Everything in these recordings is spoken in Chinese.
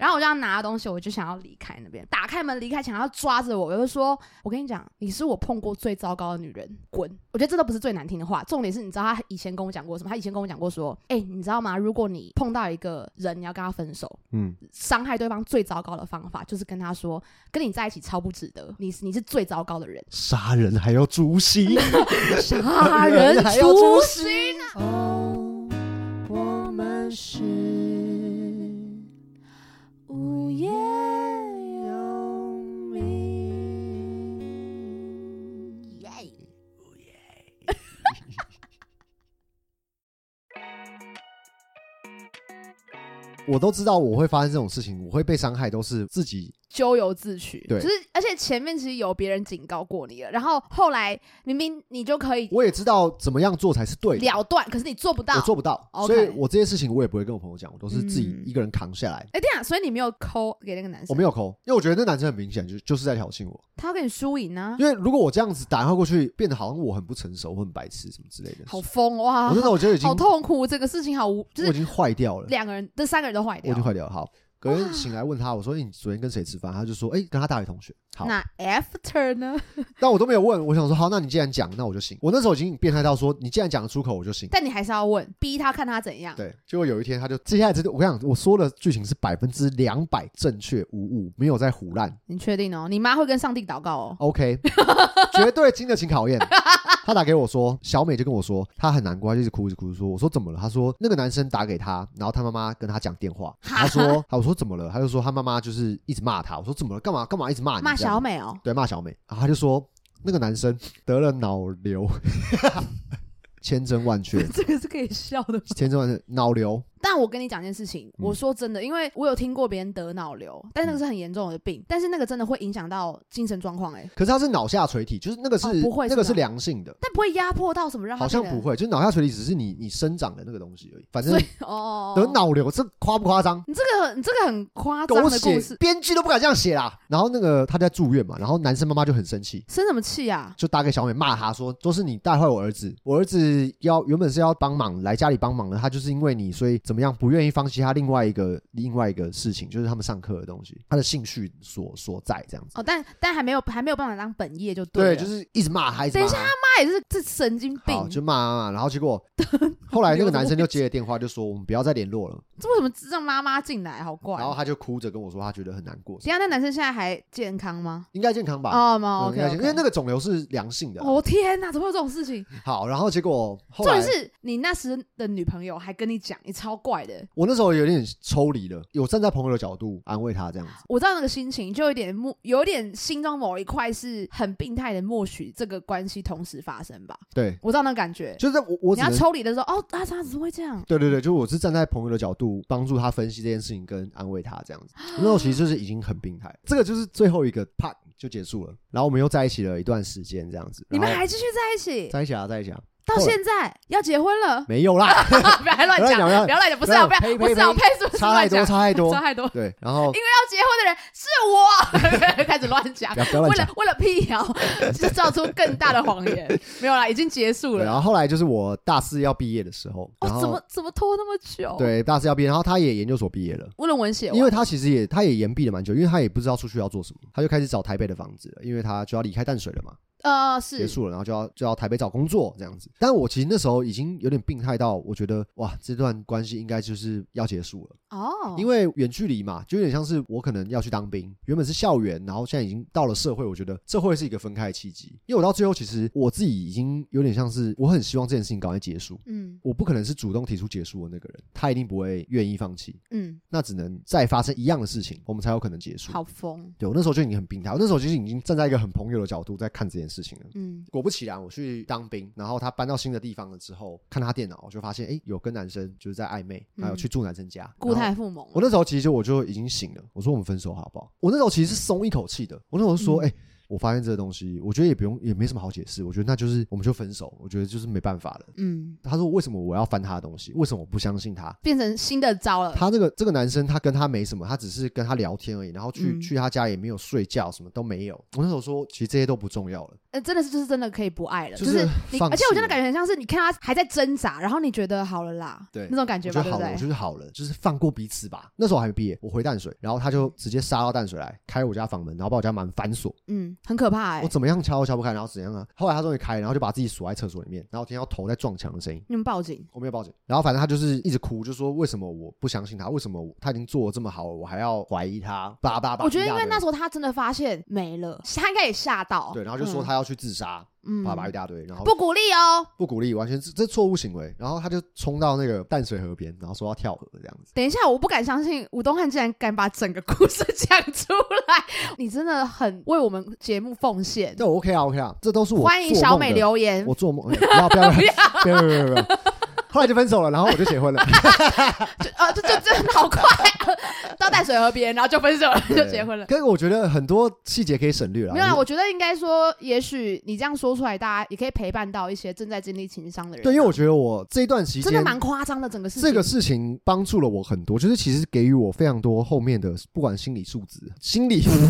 后我就要拿东西，我就想要离开那边，打开门离开，想要抓着我就说，我跟你讲，你是我碰过最糟糕的女人，滚。我觉得这都不是最难听的话，重点是你知道他以前跟我讲过什么？他以前跟我讲过说，你知道吗，如果你碰到一个人你要跟他分手，伤害对方最糟糕的方法就是跟他说，跟你在一起超不值得，你是最糟糕的人。 杀人还要诛心杀人还要诛心我们是无业游民。 我都知道我会发生这种事情，我会被伤害，都是自己咎由自取。 对， 就是而且前面其实有别人警告过你了，然后后来明明你就可以， 我也知道怎么样做才是对的了断，可是你做不到， 我做不到， okay. 所以我这些事情我也不会跟我朋友讲，我都是自己一个人扛下来。 对啊，所以你没有抠给那个男生？ 我没有抠，因为我觉得那男生很明显就是在挑衅我， 他要跟你输赢啊。 因为如果我这样子打电话过去，变得好像我很不成熟，我很白痴什么之类的， 好疯哇！ 我真的我觉得已经好痛苦，这个事情好就是我已经坏掉了， 这3个人都坏掉了， 我已经坏掉了。好。隔天醒来问他，我说你昨天跟谁吃饭？他就说跟他大学同学。好， 那 after 呢？ 但我都没有问，我想说好，那你既然讲，那我就信。我那时候已经变态到说，你既然讲得出口，我就信。 但你还是要问，逼他看他怎样。 对，结果有一天他就接下来我跟你讲，我说的剧情是200%正确无误，没有在唬烂。 你确定哦？你妈会跟上帝祷告哦。 OK， 绝对经得起考验。他打给我说，小美就跟我说，她很难过，她就一直哭一直哭，说我说怎么了？他说那个男生打给他，然后他妈妈跟他讲电话，我说怎么了？他就说他妈妈就是一直骂他。我说怎么了？干嘛一直骂你？ 骂小美哦？ 对，骂小美。然后他就说那个男生得了脑瘤，千真万确。 这个是可以笑的吗？ 千真万确，脑瘤。 但我跟你讲件事情，我说真的，因为我有听过别人得脑瘤，但是那个是很严重的病，但是那个真的会影响到精神状况。可是它是脑下垂体，就是那个是、 不会那个是良性的， 但不会压迫到什么让他。 好像不会，就是脑下垂体只是你生长的那个东西而已。反正得脑瘤，这夸不夸张？ 你这个很夸张的故事， 编剧都不敢这样写啦。然后那个他在住院嘛，然后男生妈妈就很生气， 生什么气啊？就打给小美骂他说，都是你带坏我儿子，我儿子原本是要帮忙来家里帮忙的，他就是因为你，所以怎么样不愿意放弃他另外一个事情，就是他们上课的东西，他的兴趣所在这样子。 但还没有办法当本业就对了。 对，就是一直骂他， 等一下他妈也是这神经病， 好就骂，然后结果后来那个男生就接了电话，就说我们不要再联络了。 这为什么让妈妈进来？好怪。 然后他就哭着跟我说，他觉得很难过。 等一下那男生现在还健康吗？ 应该健康吧。 OK， 因为那个肿瘤是良性的。 天哪，怎么会有这种事情？ 好，然后结果后来， 重点是你那时的女朋友还跟你讲，你超怪的。 我那时候有点抽离了，有站在朋友的角度安慰他这样子。 我知道那个心情，就有点心中某一块是很病态的，默许这个关系同时发生吧。 对， 我知道那个感觉， 就是我你要抽离的时候，他怎么会这样？ 对，就我是站在朋友的角度帮助他分析这件事情跟安慰他这样子。那时候其实就是已经很病态，这个就是最后一个 part 就结束了，然后我们又在一起了一段时间这样子。 你们还继续在一起？ 在一起啊。 到现在要结婚了？ 没有啦， 不要乱讲，不要乱讲，不是啊，不是啊，配是不是差太多。对，然后因为要结婚的人是我，开始乱讲，为了辟谣，就造出更大的谎言。没有啦，已经结束了。 然后后来就是我大4要毕业的时候， 怎么拖那么久？ 对，大4要毕业，然后他也研究所毕业了， 论文写完， 因为他其实他也延毕了蛮久，因为他也不知道出去要做什么，他就开始找台北的房子了，因为他就要离开淡水了嘛。 是结束了，然后就要台北找工作这样子。但我其实那时候已经有点病态到，我觉得哇，这段关系应该就是要结束了。因为远距离嘛，就有点像是我可能要去当兵，原本是校园，然后现在已经到了社会，我觉得这会是一个分开的契机。因为我到最后其实我自己已经有点像是我很希望这件事情赶快结束。我不可能是主动提出结束的那个人，他一定不会愿意放弃。那只能再发生一样的事情，我们才有可能结束。 好疯。 对，我那时候就已经很病态，我那时候其实已经站在一个很朋友的角度在看这件事情了。果不其然，我去当兵，然后他搬到新的地方了之后，看他电脑，我就发现有跟男生就是在暧昧，还有去住男生家， 固态复萌。 我那时候其实我就已经醒了，我说我们分手好不好？我那时候其实是松一口气的，我那时候说我发现这个东西，我觉得也没什么好解释，我觉得那就是我们就分手，我觉得就是没办法了。他说为什么我要翻他的东西？为什么我不相信他？ 变成新的招了。 他这个男生他跟他没什么，他只是跟他聊天而已，然后去他家也没有睡觉，什么都没有。我那时候说其实这些都不重要了。 真的是就是真的可以不爱了， 就是你，而且我觉得感觉很像是你看他还在挣扎，然后你觉得好了啦，对，那种感觉吧，对不对？ 我觉得好了，就是放过彼此吧。那时候我还没毕业，我回淡水，然后他就直接杀到淡水来，开我家房门，然后把我家门反锁， 很可怕我怎么样敲都敲不开，然后怎样啊？后来他终于开，然后就把自己锁在厕所里面，然后听到头在撞墙的声音。 你们报警？ 我没有报警。然后反正他就是一直哭，就说为什么我不相信他？为什么他已经做得这么好了，我还要怀疑他？我觉得因为那时候他真的发现没了，他应该也吓到。 对，然后就说他要去自杀。叭一大堆，然后不鼓励哦， 不鼓励，完全这错误行为。然后他就冲到那个淡水河边，然后说要跳河这样子。 等一下，我不敢相信吴东汉竟然敢把整个故事讲出来，你真的很为我们节目奉献。 对 ，OK 啊，这都是我欢迎小美留言， 我做梦，不要。后来就分手了，然后我就结婚了。 就好快，到淡水河边，然后就分手了，就结婚了。 可是我觉得很多细节可以省略了。 没有啦，我觉得应该说，也许你这样说出来，大家也可以陪伴到一些正在经历情伤的人。 对，因为我觉得我这一段期间真的蛮夸张的，整个事情。 这个事情帮助了我很多，就是其实给予我非常多后面的，不管心理素质、心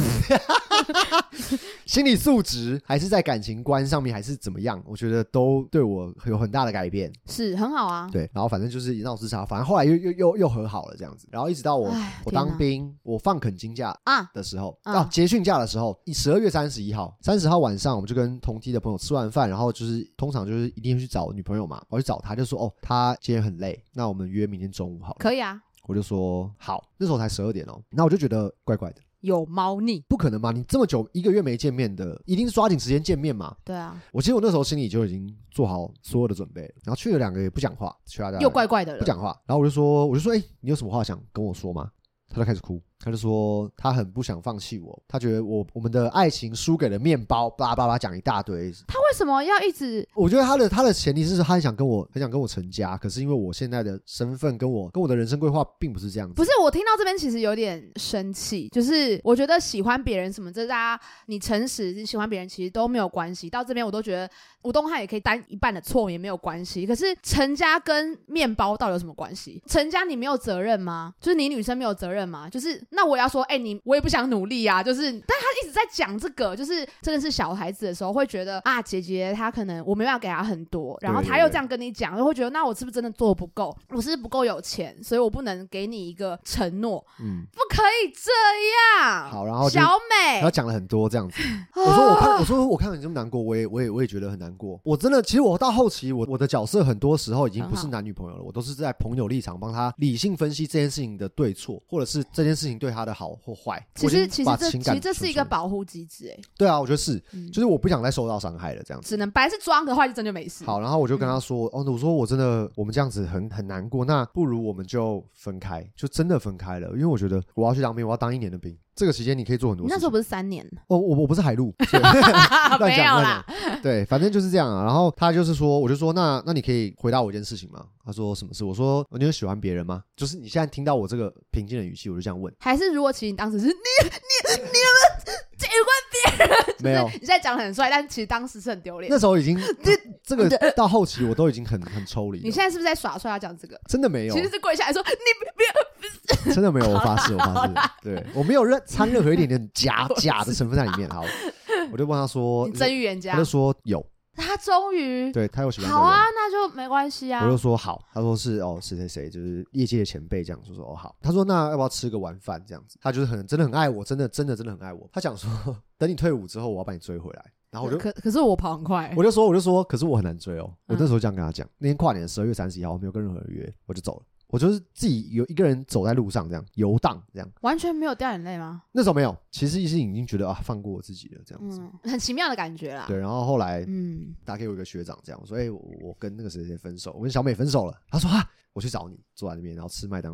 理素质，还是在感情观上面，还是怎么样，我觉得都对我有很大的改变， 是很好啊。 对，然后反正就是一闹自杀，反正后来又和好了这样子，然后一直到我当兵，我放垦金假的时候，结训假的时候，12月31号晚上，我们就跟同梯的朋友吃完饭，然后就是通常就是一定去找女朋友嘛，我去找她，就说她今天很累，那我们约明天中午好了。 可以啊， 我就说好，那时候才12点那我就觉得怪怪的。 有猫腻， 不可能嘛？你这么久1个月没见面的，一定是抓紧时间见面嘛。 对啊， 其实我那时候心里就已经做好所有的准备，然后去了2个也不讲话，去他家又怪怪的了， 不讲话。然后我就说，你有什么话想跟我说吗？他就开始哭，他就说他很不想放弃我，他觉得我们的爱情输给了面包，巴拉巴拉讲一大堆。 他为什么要一直？ 我觉得他的前提是他很想跟我成家，可是因为我现在的身份跟我的人生规划并不是这样子。 不是，我听到这边其实有点生气，就是我觉得喜欢别人什么，这大家你诚实喜欢别人其实都没有关系。到这边我都觉得吴东汉也可以担一半的错，也没有关系。可是成家跟面包到底有什么关系？成家你没有责任吗？就是你女生没有责任吗？就是那我要说，我也不想努力啊。就是，但他一直在讲这个，就是真的是小孩子的时候会觉得姐姐她可能我没办法给她很多，然后她又这样跟你讲，就会觉得那我是不是真的做得不够？我是不是不够有钱，所以我不能给你一个承诺？不可以这样。 好，然后小美， 然后讲了很多这样子。我说我看到你这么难过，我也觉得很难过。我真的，其实我到后期，我的角色很多时候已经不是男女朋友了，我都是在朋友立场帮他理性分析这件事情的对错，或者是这件事情对他的好或坏。 其实这是一个保护机制。 对啊，我觉得是，就是我不想再受到伤害了，这样子。 只能本来是装的话，就真的没事。 好，然后我就跟他说，我说我真的，我们这样子很难过，那不如我们就分开，就真的分开了，因为我觉得我要去当兵，我要当1年的兵。这个期间你可以做很多事情。 你那时候不是3年？ 我不是海陆， 没有啦。 对，反正就是这样啊。然后他就是说，我就说那你可以回答我一件事情吗？他说什么事？我说你有喜欢别人吗？就是你现在听到我这个平静的语气，我就这样问。 还是如果其实你当时是你们喜欢别人， 没有？ 你现在讲得很帅，但其实当时是很丢脸。 那时候已经这个到后期我都已经很抽离。 你现在是不是在耍帅要讲这个？ 真的没有， 其实是跪下来说你不要。 真的没有，我发誓。对，我没有掺任何一点点假的成分在里面。好，我就问他说， 你真预言家？ 他就说有。 他终于对他有喜欢的人。好啊，那就没关系啊。 我就说好，他说是谁，就是业界的前辈这样说好。他说那要不要吃个晚饭这样子？他就是真的很爱我，真的很爱我。他讲说等你退伍之后，我要把你追回来。然后我就可是我跑很快。我就说可是我很难追哦。我那时候这样跟他讲。那天跨年12月31号，我没有跟任何人约，我就走了。我就是自己有一个人走在路上，这样游荡，这样完全没有掉眼泪吗？ 那时候没有，其实已经觉得放过我自己了，这样子， 很奇妙的感觉啦。 对，然后后来打给我一个学长，这样我说，我跟那个谁分手，我跟小美分手了。他说我去找你，坐在那边，然后吃麦当劳，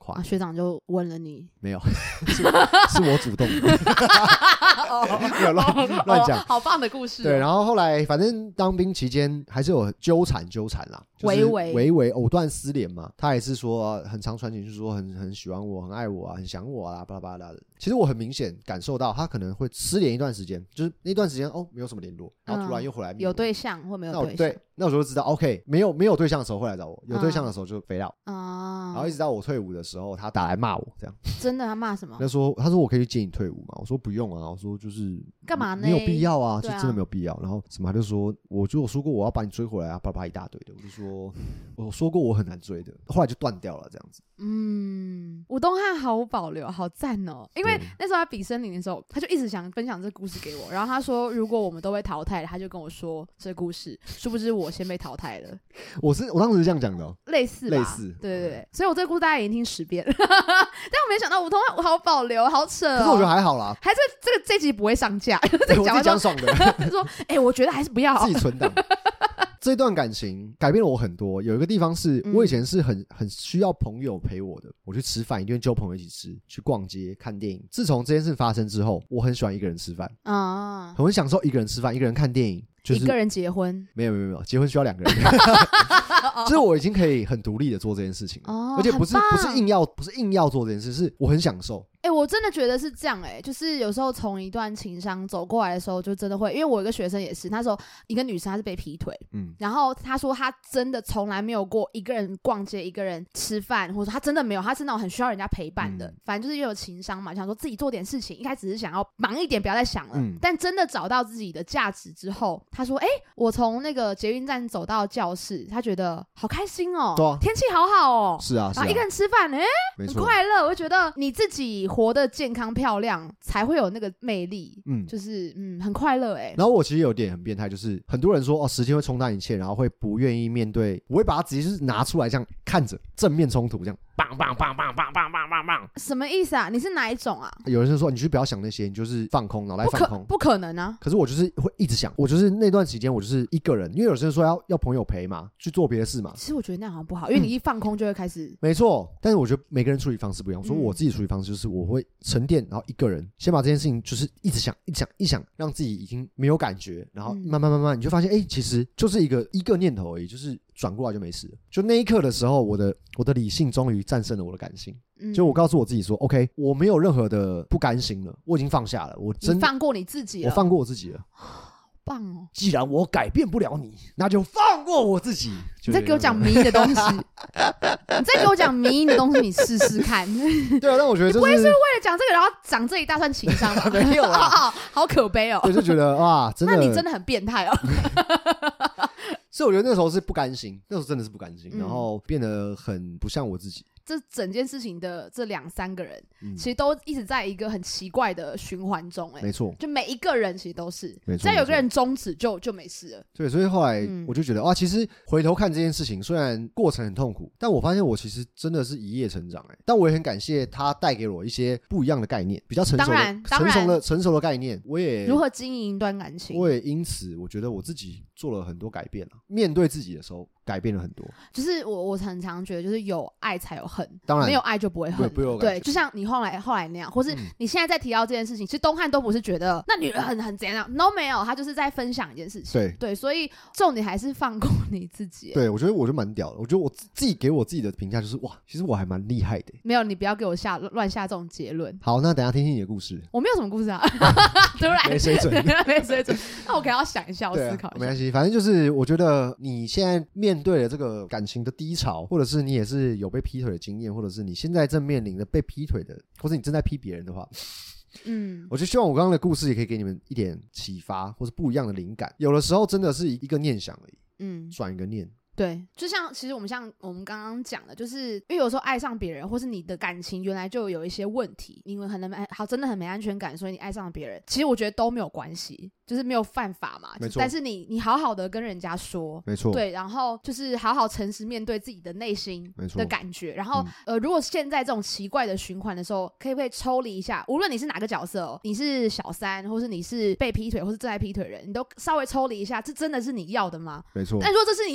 快。 学长就问了你？ 没有，是我主动的。没有乱讲。 好棒的故事。 对，然后后来反正当兵期间还是有纠缠啦，就是微藕断丝连嘛。他也是说很常传情绪说很喜欢我，很爱我啊，很想我啊，巴拉巴拉的。其实我很明显感受到他可能会失联一段时间，就是那段时间没有什么联络，然后突然又回来。 有对象或没有对象？对， 那我就知道 OK， 没有对象的时候会来找我，有对象的时候就飞掉。然后一直到我退伍的时候，他打来骂我，这样。 真的？他骂什么？ 他说我可以接你退伍吗？我说不用啊，我说就是干嘛呢？ 没有必要啊，就真的没有必要。然后什么他就说，我说过我要把你追回来啊，巴拉一大堆的。我就说我说过我很难追的，后来就断掉了这样子。 吴东汉毫无保留，好赞哦！因为那时候他比森林的时候，他就一直想分享这故事给我。然后他说，如果我们都被淘汰了，他就跟我说这故事。殊不知我先被淘汰了。我当时是这样讲的类似，对。所以我这个故事大家已经听10遍了，但我没想到吴东汉毫无保留，好扯哦。 可是我觉得还好啦， 还是这集不会上架。 我自己讲爽的， 说我觉得还是不要自己存档。这段感情改变了我很多，有一个地方是我以前是很需要朋友陪我的，我去吃饭一定会揪朋友一起吃，去逛街看电影。自从这件事发生之后，我很喜欢一个人吃饭啊，很享受一个人吃饭，一个人看电影。就是一个人结婚？ 没有，结婚需要2个人。就是我已经可以很独立的做这件事情了，而且不是硬要做这件事，是我很享受。 我真的觉得是这样就是有时候从一段情伤走过来的时候，就真的会，因为我有一个学生也是，那时候一个女生她是被劈腿，然后她说她真的从来没有过一个人逛街、一个人吃饭，或者说她真的没有，她是那种很需要人家陪伴的。反正就是因为有情伤嘛，想说自己做点事情，一开始是想要忙一点，不要再想了。但真的找到自己的价值之后，她说我从那个捷运站走到教室，她觉得好开心哦，天气好好哦， 是啊， 然后一个人吃饭很快乐。我就觉得你自己活得健康漂亮才会有那个魅力，就是很快乐然后我其实有点很变态，就是很多人说时间会冲淡一切，然后会不愿意面对，我会把它直接就是拿出来这样看着正面冲突这样。棒棒棒棒棒棒棒棒棒， 什么意思啊？你是哪一种啊？ 有人说你就不要想那些，你就是放空，脑袋放空。 不可能啊！ 可是我就是会一直想，我就是那段时间我就是一个人，因为有些人说要朋友陪嘛，去做别的事嘛。 其实我觉得那样好像不好，因为你一放空就会开始。 没错，但是我觉得每个人处理方式不一样。所以我自己处理方式就是我会沉淀，然后一个人先把这件事情就是一直想，让自己已经没有感觉，然后慢慢你就发现其实就是一个念头而已，就是转过来就没事了。就那一刻的时候，我的理性终于战胜了我的感性。就我告诉我自己说 OK， 我没有任何的不甘心了，我已经放下了， 你放过你自己了。 我放过我自己了。 棒哦！ 既然我改变不了你，那就放过我自己。 你再给我讲迷的东西，你再给我讲迷的东西，你试试看。 对啊，但我觉得你不会是为了讲这个，然后讲这一大串情商吧？ 没有啦， 好可悲哦。 我就觉得哇，真的， 那你真的很变态哦。 所以我觉得那时候是不甘心，那时候真的是不甘心，然后变得很不像我自己。 这整件事情的这2-3个人，其实都一直在一个很奇怪的循环中没错， 就每一个人其实都是， 没错， 只要有个人终止就没事了。 对，所以后来我就觉得其实回头看这件事情，虽然过程很痛苦，但我发现我其实真的是一夜成长但我也很感谢他带给我一些不一样的概念，比较成熟的概念。我也如何经营一段感情， 我也因此我觉得我自己做了很多改变面对自己的时候改变了很多。 就是我很常觉得，就是有爱才有恨， 当然没有爱就不会恨。对，就像你后来那样，或是你现在在提到这件事情，其实东汉都不是觉得那女人很怎样，都没有，他就是在分享一件事情。对，所以重点还是放过你自己。 对，我觉得我就蛮屌的。我觉得我自己给我自己的评价就是哇，其实我还蛮厉害的。 没有，你不要给我乱下这种结论。 好，那等一下听听你的故事。 我没有什么故事啊，突然没水准， 没水准。那我可能要想一下，我思考一下。 没关系，反正就是我觉得你现在面对了这个感情的低潮，或者是你也是有被劈腿的经验，或者是你现在正面临的被劈腿的，或者你正在劈别人的话，我就希望我刚刚的故事也可以给你们一点启发，或是不一样的灵感。有的时候真的是一个念想而已，转一个念。 对，就像其实我们刚刚讲的，就是因为有时候爱上别人，或是你的感情原来就有一些问题，因为真的很没安全感，所以你爱上了别人，其实我觉得都没有关系，就是没有犯法嘛。 没错。 但是你好好的跟人家说， 没错。 对，然后就是好好诚实面对自己的内心的感觉。然后如果现在这种奇怪的循环的时候，可不可以抽离一下？无论你是哪个角色你是小三，或是你是被劈腿，或是正在劈腿人，你都稍微抽离一下，这真的是你要的吗？ 没错。 但如果这是你要，我没差。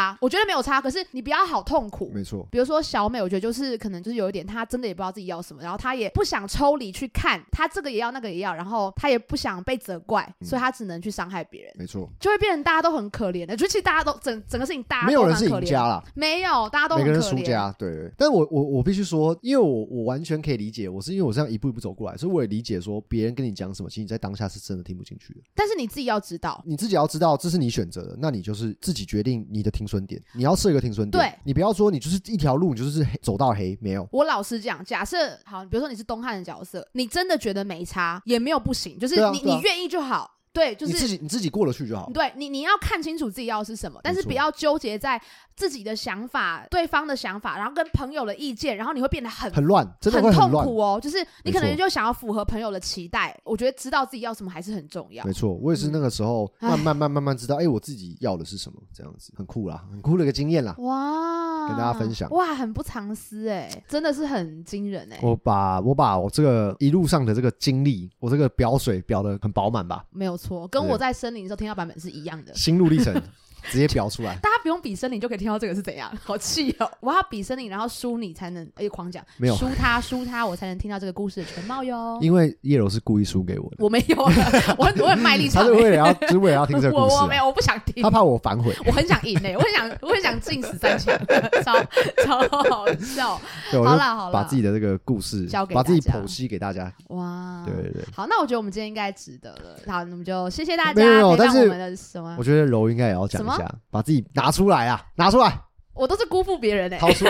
差，我觉得没有差，可是你不要好痛苦。 没错。 比如说小美，我觉得就是可能就是有一点，她真的也不知道自己要什么，然后她也不想抽离去看，她这个也要那个也要，然后她也不想被责怪，所以她只能去伤害别人。 没错， 就会变成大家都很可怜的。就其实大家都整个事情大家都没有人是赢家啦， 没有，大家都很可怜， 每个人输家。对，但我必须说，因为我完全可以理解，我是因为我这样一步一步走过来，所以我也理解说别人跟你讲什么，其实你在当下是真的听不进去的。 但是你自己要知道， 你自己要知道这是你选择的，那你就是自己决定你的停损点，你要设一个停损点。 对， 你不要说你就是一条路，你就是走到黑，没有。 我老实讲，假设好，比如说你是东汉的角色，你真的觉得没差也没有不行，就是你愿意就好。对，就是你自己过得去就好。 对，你要看清楚自己要的是什么，但是不要纠结在自己的想法、对方的想法，然后跟朋友的意见，然后你会变得很乱，真的会很痛苦哦。就是你可能就想要符合朋友的期待，我觉得知道自己要什么还是很重要。 没错，我也是那个时候慢慢知道，我自己要的是什么，这样子很酷啦，很酷的一个经验啦。 哇， 跟大家分享。 哇，很不藏私真的是很惊人我把我这个一路上的这个经历，我这个表水表得很饱满吧。 没有错，跟我在森林的时候听到版本是一样的， 心路历程直接表出来。 大家不用比森林就可以听到这个是怎样，好气哦！我要比森林，然后输你才能，狂讲， 没有输他，我才能听到这个故事的全貌哟。 因为叶柔是故意输给我的， 我没有我很卖力唱， 他是为了要听这个故事。 我没有，我不想听， 他怕我反悔。 我很想赢我很想进13强，超好笑。好啦， 把自己的这个故事交给把自己剖析给大家。 哇， 对。 好，那我觉得我们今天应该值得了。好，那我们就谢谢大家陪伴我们的什么。 我觉得柔应该也要讲一下，把自己拿出来。 我都是辜负别人掏出来。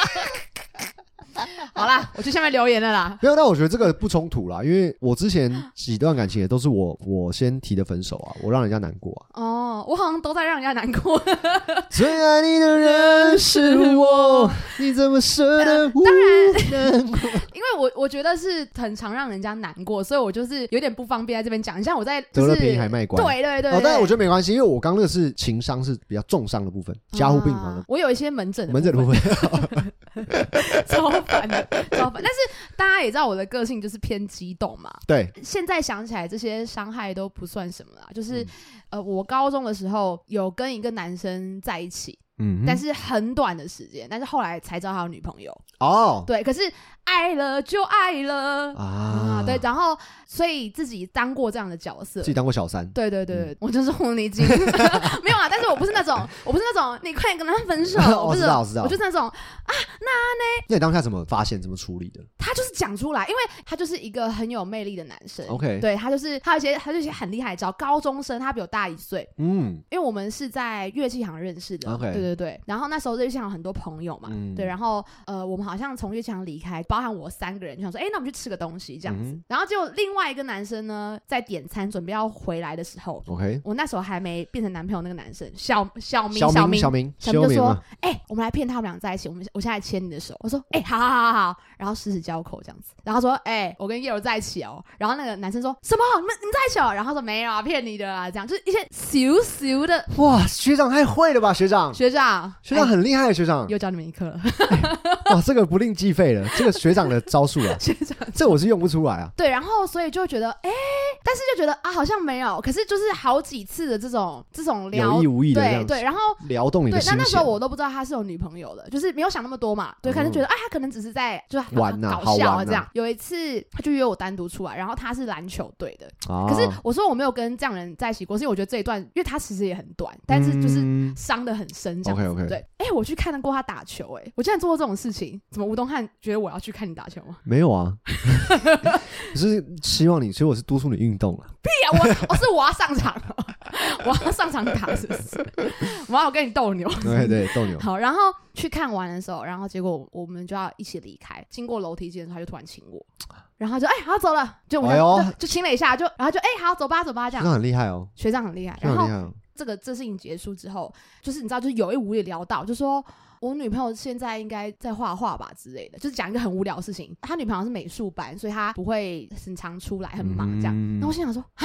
好啦，我去下面留言了啦。 没有，但我觉得这个不冲突啦，因为我之前几段感情也都是我先提的分手啊，我让人家难过啊。 哦，我好像都在让人家难过。 最爱你的人是我，你怎么舍得当然难过？因为我觉得是很常让人家难过，所以我就是有点不方便在这边讲。你像我在得了便宜还卖乖， 对。 但是我觉得没关系，因为我刚那个是情伤，是比较重伤的部分，加护病房的。 我有一些门诊的部分。 超烦。但是大家也知道我的个性就是偏激动嘛。 对。 现在想起来这些伤害都不算什么啦，就是我高中的时候有跟一个男生在一起。但是很短的时间，但是后来才知道他有女朋友。对，可是爱了就爱了啊，对，然后所以自己当过这样的角色， 自己当过小三。 对，我就是红泥精。没有啊，但是我不是那种你快点跟他分手。 我知道， 我就是那种那你当下怎么发现怎么处理的？ 他就是讲出来，因为他就是一个很有魅力的男生。 OK， 对，他有一些很厉害的招，高中生，他比我大1岁。因为我们是在乐器行认识的。 OK， 对，然后那时候乐器行有很多朋友嘛。对，然后我们好像从乐器行离开，包含我3个人，就想说那我们去吃个东西这样子。然后就另外一个男生呢在点餐准备要回来的时候，OK， 我那时候还没变成男朋友那个男生小明就说我们来骗他们俩在一起，我现在牵你的手。我说好，然后十指交口这样子，然后说我跟叶柔在一起哦。然后那个男生说什么你们在一起哦？然后说没有啊，骗你的啊，这样就是一些小的。 哇，学长太会了吧，学长很厉害，学长又教你们一课了。 哇，这个不另计费了，这个学长的招数啊，这我是用不出来啊。 对，然后所以就觉得但是就觉得好像没有，可是就是好几次的这种有意无意的对，然后撩动你的心弦。 那时候我都不知道他是有女朋友的，就是没有想那么多嘛。对，可能觉得他可能只是在就是玩搞笑啊这样。有一次他就约我单独出来，然后他是篮球队的。可是我说我没有跟这样人在一起过，是因为我觉得这一段，因为他其实也很短，但是就是伤得很深这样子。 OK， 对，我去看过他打球，我竟然做过这种事情。怎么吴东汉觉得我要去看你打球吗？ 没有啊。可是希望你，所以我是督促你运动了。 屁啊！我要上场，我要上场打，是不是？我要跟你斗牛。 对，斗牛。 好，然后去看完的时候，然后结果我们就要一起离开，经过楼梯间的时候，他就突然亲我，然后就好走了，就亲了一下，然后就好走吧这样。 学长很厉害哦， 学长很厉害。然后这事情结束之后，就是你知道，就是有意无意聊到，就说我女朋友现在应该在画画吧之类的，就是讲一个很无聊的事情。他女朋友是美术班，所以他不会很常出来，很忙这样。然后我心想说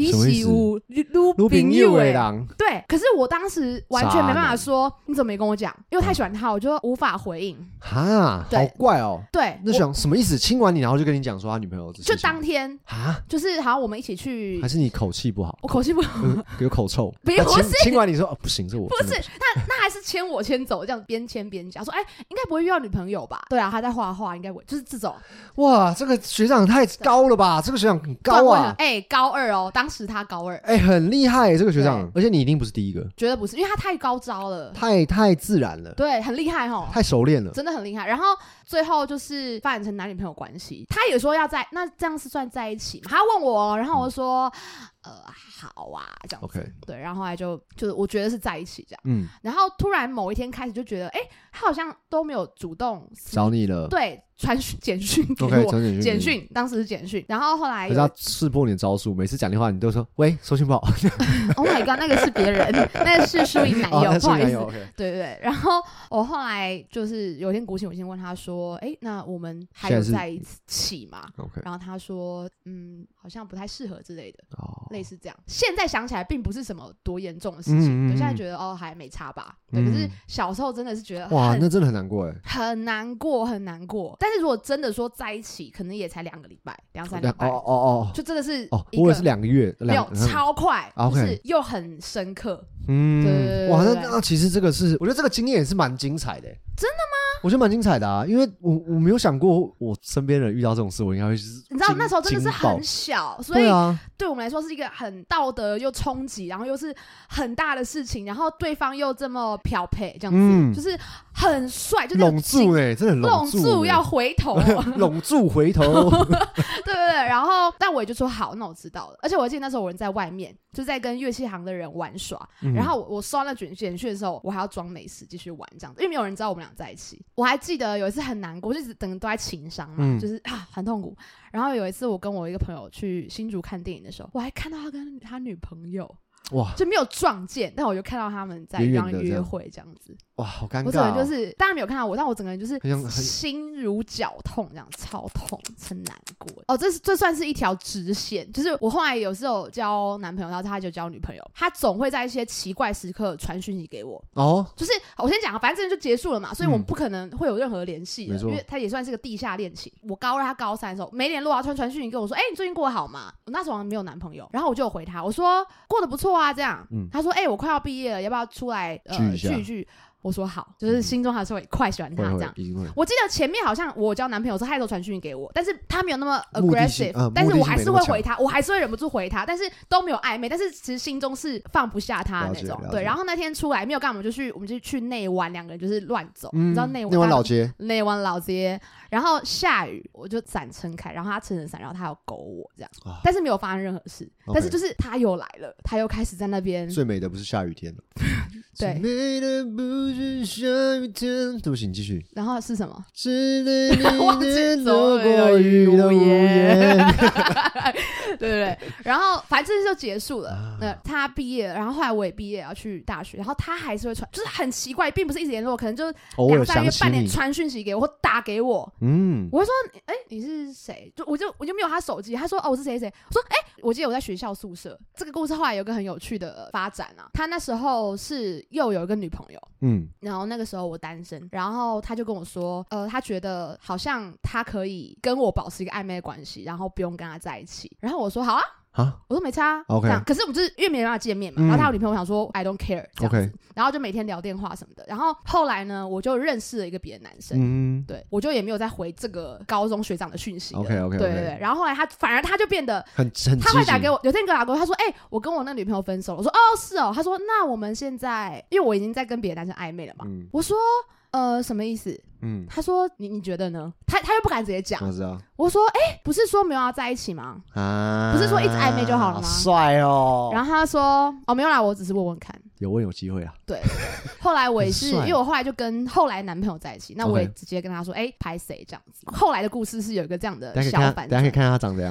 比起有女朋友的人，对，可是我当时完全没办法说你怎么没跟我讲，因为太喜欢他，我就无法回应。 哈，好怪哦。 对， 那想什么意思？亲完你，然后就跟你讲说他女朋友就当天啊，就是好像我们一起去， 还是你口气不好？ 我口气不好， 有口臭。 不是亲完你说不行，是我不是那还是牵我牵走，这样边牵边讲说，应该不会遇到女朋友吧？对啊，他在画画，应该会就是这种。 哇，这个学长太高了吧？这个学长很高啊！ 高2哦，当时他高2， 很厉害这个学长，而且你一定不是第一个， 绝对不是，因为他太高招了， 太自然了， 对，很厉害哦， 太熟练了， 真的很厉害。然后最后就是发展成男女朋友关系，他也说要那这样是算在一起吗？他问我，然后我就说好啊，这样子。Okay. 对，然后后来就是我觉得是在一起这样。然后突然某一天开始就觉得，他好像都没有主动找你了。 对，传简讯给我，简讯，当时是简讯。然后后来可是他识破你的招数，每次讲电话你都说喂，收讯不好。 Oh my god， 那个是别人，那个是淑颖男友，不好意思。 Okay. 对对对。然后我后来就是有一天鼓起勇气问他说，那我们还有在一起吗？ Okay. 然后他说，好像不太适合之类的，类似这样。现在想起来并不是什么多严重的事情，对，现在觉得还没差吧。对，可是小时候真的是觉得哇，那真的很难过很难过，很难过。但是如果真的说在一起，可能也才2个礼拜，2-3礼拜，就真的是我以为是2个月， 没有超快，就是又很深刻。 对，哇，那其实这个是，我觉得这个经验也是蛮精彩的。 真的吗？ 我觉得蛮精彩的啊，因为我没有想过我身边人遇到这种事，我应该会是你知道那时候真的是很小，所以对我们来说是一个很道德又冲击，然后又是很大的事情，然后对方又这么漂配，这样子，就是很帅，就是拢住真的很拢住要回头， 拢住回头， 对。然后但我也就说好，那我知道了。而且我记得那时候我人在外面，就在跟乐器行的人玩耍，然后我收到那简讯的时候，我还要装没事继续玩这样子，因为没有人知道我们俩在一起。我还记得有一次很难过，就一直整个都在情伤嘛，就是很痛苦。然后有一次我跟我一个朋友去新竹看电影的时候，我还看到他跟他女朋友。哇，就没有撞见，但我就看到他们在约会这样子。 哇，好尴尬！ 我整个人就是当然没有看到我，但我整个人就是心如绞痛，这样超痛，很难过。这算是一条直线，就是我后来有时候交男朋友，然后他就交女朋友，他总会在一些奇怪时刻传讯息给我。就是我先讲，反正这就结束了嘛，所以我们不可能会有任何联系的，因为他也算是个地下恋情。我高2，他高3的时候没联络啊，传讯息跟我说，你最近过得好吗？我那时候没有男朋友，然后我就有回他，我说过得不错啊，这样。他说我快要毕业了，要不要出来聚一聚？我说好，就是心中还是会快喜欢他这样。我记得前面好像我交男朋友的时候，他也都传讯给我，但是他没有那么 aggressive，但是我还是会回他，我还是会忍不住回他，但是都没有暧昧，但是其实心中是放不下他的那种。对，然后那天出来没有干嘛，我们就去内湾，2个人就是乱走，你知道内湾老街，然后下雨，我就伞撑开，然后他撑着伞，然后他要勾我这样，但是没有发生任何事，但是就是他又来了，他又开始在那边。 最美的不是下雨天了。 对， 最美的不是下雨天。对不起，你继续。 然后是什么？ 是对你走过雨的无言。 对。然后反正就结束了。他毕业了，然后后来我也毕业要去大学，然后他还是会传，就是很奇怪，并不是一直联络，可能就是2-3月半年传讯息给我或打给我。我会说，你是谁？我就没有他手机。他说，我是谁。我说，我记得我在学校宿舍。这个故事后来有个很有趣的发展啊。他那时候是又有一个女朋友，然后那个时候我单身，然后他就跟我说，他觉得好像他可以跟我保持一个暧昧的关系，然后不用跟他在一起。然后我说好啊。我说没差，OK。可是我们就是因为没办法见面嘛，然后他有女朋友，我想说 I don't care 这样子，然后就每天聊电话什么的。然后后来呢，我就认识了一个别的男生，对，我就也没有再回这个高中学长的讯息了，OK。对。然后后来反而他就变得很他会打给我，有天跟我打给我，他说我跟我那女朋友分手了。我说是哦，他说那我们现在，因为我已经在跟别的男生暧昧了嘛，我说什么意思？他说你觉得呢？他又不敢直接讲。我说不是说没有要在一起吗？不是说一直暧昧就好了吗？ 帅哦。 然后他说没有啦，我只是问问看。 有机会啊。对。 后来我也是，因为我后来就跟后来男朋友在一起，那我也直接跟他说，拍谁这样子。后来的故事是有一个这样的小反转。 大家可以看他长怎样吗？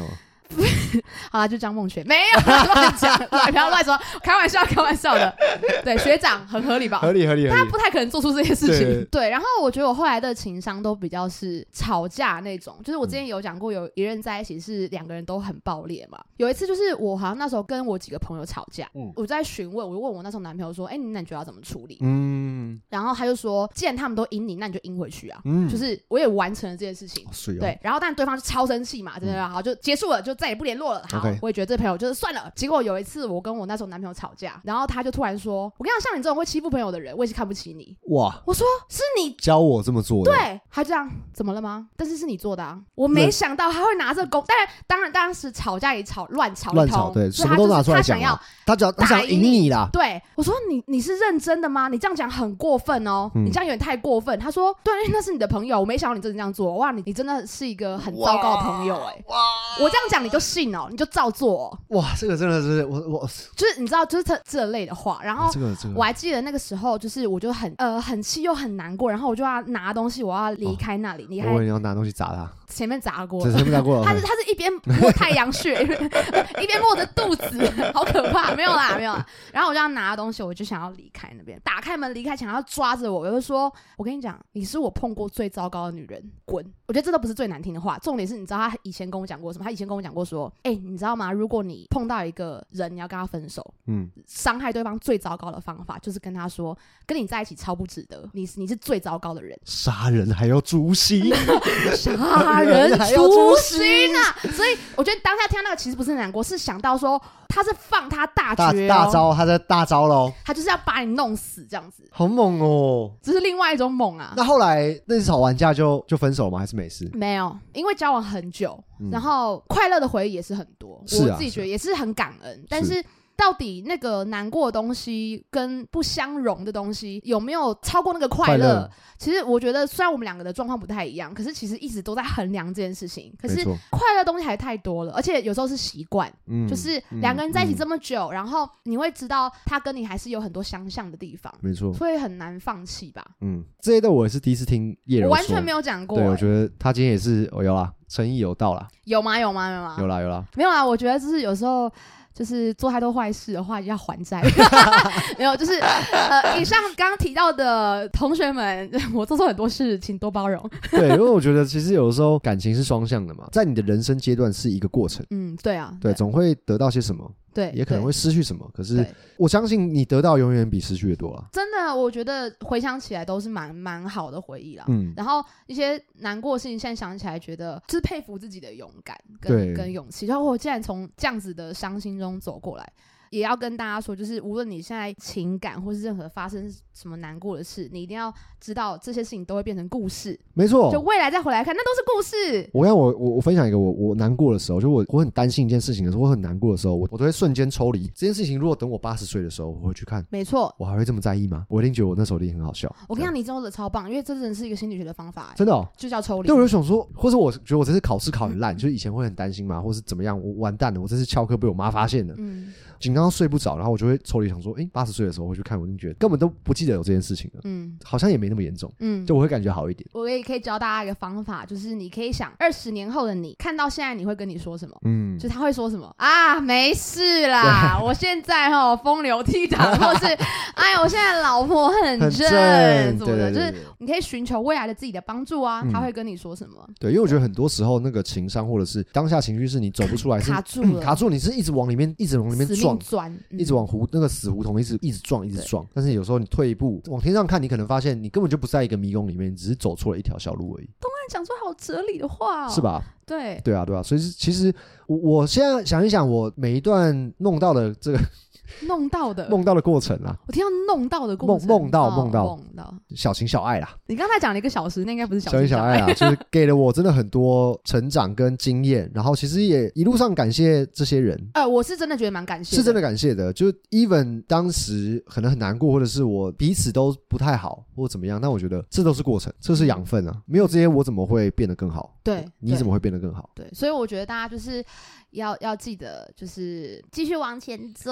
好啦，就张梦泉没有乱讲，不要乱说，开玩笑的。对，学长很合理吧？ 合理。 他不太可能做出这些事情。对，然后我觉得我后来的情商都比较是吵架那种，就是我之前有讲过，有一任在一起是两个人都很爆裂嘛。有一次就是我好像那时候跟我几个朋友吵架，我在询问，我就问我那时候男朋友说，那你觉得要怎么处理？然后他就说，既然他们都赢你，那你就赢回去啊。就是我也完成了这件事情。对，然后但对方就超生气嘛，真的，好就结束了，就再也不联络了。好，我也觉得这朋友就是算了。结果有一次我跟我那时候男朋友吵架，然后他就突然说，我跟你讲，像你这种会欺负朋友的人，我也是看不起你。哇！我说是你教我这么做的。 对，他这样怎么了吗？但是是你做的啊！我没想到他会拿这个公，当然当时吵架也乱吵一通， 对，什么都拿出来讲啊。他想赢你啦。 对，我说你是认真的吗？你这样讲很过分哦，你这样有点太过分。他说对，因为那是你的朋友，我没想到你真的这样做。哇，你真的是一个很糟糕的朋友哇！我这样讲你就信哦，你就照做哦。 哇，这个真的是我就是你知道，就是这类的话。然后我还记得那个时候，就是我就很气又很难过，然后我就要拿东西，我要离开那里。 我以为你要拿东西砸他。 前面砸过了， 他是一边摸太阳穴，一边摸着肚子，好可怕。没有啦。然后我就要拿东西，我就想要离开那边，打开门离开前，他要抓着我就说，我跟你讲，你是我碰过最糟糕的女人，滚！我觉得这都不是最难听的话，重点是你知道他以前跟我讲过什么？他以前跟我讲过说，你知道吗？如果你碰到一个人，你要跟他分手，伤害对方最糟糕的方法就是跟他说，跟你在一起超不值得，你是最糟糕的人， 杀人还要诛心， 杀人诛心啊！所以我觉得当下听到那个其实不是难过，是想到说他是放他大绝大招，他在大招咯， 他就是要把你弄死这样子， 好猛哦！ 这是另外一种猛啊。 那后来那次吵完架就分手了吗？还是没事？ 没有，因为交往很久，然后快乐的回忆也是很多，我自己觉得也是很感恩，但是到底那个难过的东西跟不相容的东西有没有超过那个快乐？其实我觉得虽然我们两个的状况不太一样，可是其实一直都在衡量这件事情。可是快乐的东西还太多了，而且有时候是习惯，就是两个人在一起这么久，然后你会知道他跟你还是有很多相像的地方，没错，所以很难放弃吧。 这些的我也是第一次听叶柔说， 我完全没有讲过。 对，我觉得他今天也是有啦，诚意有到啦。 有吗？ 有啦。 没有啦，我觉得就是有时候。就是做太多坏事的话，要还债。没有，就是以上刚刚提到的同学们，我做错很多事，请多包容。 对，因为我觉得其实有的时候感情是双向的嘛，在你的人生阶段是一个过程。 对啊， 对，总会得到些什么。对，也可能会失去什么，可是我相信你得到永远比失去的多啊！ 真的，我觉得回想起来都是蛮好的回忆啦。然后一些难过的事情，现在想起来觉得就是佩服自己的勇敢跟勇气。然后我竟然从这样子的伤心中走过来。也要跟大家说，就是无论你现在情感或是任何发生什么难过的事，你一定要知道这些事情都会变成故事。没错，就未来再回来看，那都是故事。 我分享一个我难过的时候，就我很担心一件事情的时候，我很难过的时候，我都会瞬间抽离这件事情。如果等我80岁的时候，我会去看，没错，我还会这么在意吗？我一定觉得我那时候一定很好笑。我跟你讲， 你真的超棒，因为这真的是一个心理学的方法， 真的哦， 就叫抽离。 对，我就想说，或者我觉得我这次考试考很烂，就是以前会很担心嘛，或是怎么样，我完蛋了，我这次翘课被我妈发现了，紧张到睡不着，然后我就会抽离想说，80岁的时候我去看，我就觉得根本都不记得有这件事情了，好像也没那么严重，就我会感觉好一点。 我也可以教大家一个方法，就是你可以想20年后的你看到现在你会跟你说什么，就他会说什么啊，没事啦，我现在风流倜傥，或是哎呀我现在老婆很正什么的，就是你可以寻求未来的自己的帮助啊，他会跟你说什么？ 对，因为我觉得很多时候那个情商或者是当下情绪是你走不出来，是卡住，你是一直往里面钻，一直往那个死胡同一直撞，但是有时候你退一步往天上看，你可能发现你根本就不在一个迷宫里面，你只是走错了一条小路而已。 东安讲出好哲理的话是吧？ 对啊，所以其实我现在想一想，我每一段弄到的这个梦到的过程啦， 我听到弄到的过程， 梦到小情小爱啦。 你刚才讲了1个小时，那应该不是小情小爱啦，就是给了我真的很多成长跟经验，然后其实也一路上感谢这些人。 我是真的觉得蛮感谢的， 是真的感谢的。就 even 当时可能很难过，或者是我彼此都不太好，或怎么样，但我觉得这都是过程，这是养分啊。没有这些，我怎么会变得更好？对，你怎么会变得更好？ 对，所以我觉得大家就是要记得，就是继续往前走。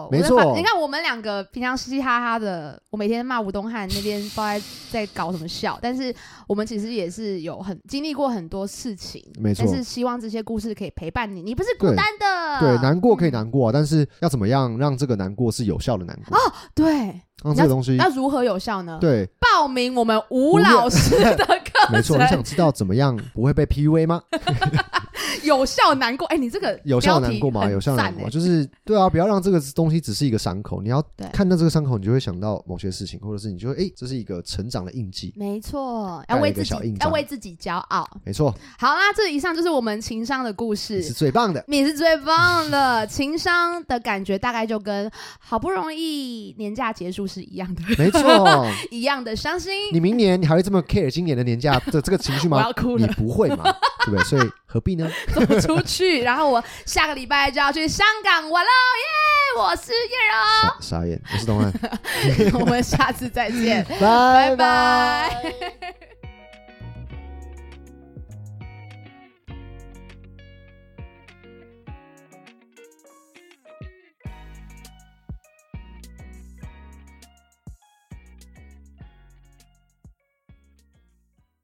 错， 没错。 你看我们两个平常嘻嘻哈哈的，我每天骂吴东汉那边不知道在搞什么笑，但是我们其实也是有经历过很多事情， 没错。 但是希望这些故事可以陪伴你，你不是孤单的。 对，难过可以难过但是要怎么样让这个难过是有效的难过？ 对。 让这个东西要如何有效呢？ 对， 报名我们吴老师的课程。 没错，你想知道怎么样不会被 PUA 吗？ 有效难过，你这个有效难过吗？有效难过就是对啊，不要让这个东西只是一个伤口，你要看到这个伤口，你就会想到某些事情，或者是你就会这是一个成长的印记。 没错，要为自己骄傲。 没错。好啦，这以上就是我们情商的故事。 你是最棒的， 你是最棒的。情商的感觉大概就跟好不容易年假结束是一样的。 没错， 一样的伤心。 你明年你还会这么 care 今年的年假这个情绪吗？ 我要哭了。 你不会嘛？对不对？所以何必呢？ 走出去，然后我下个礼拜就要去香港玩了耶！我是叶柔， 傻眼，我是东汉。 我们下次再见， 拜拜。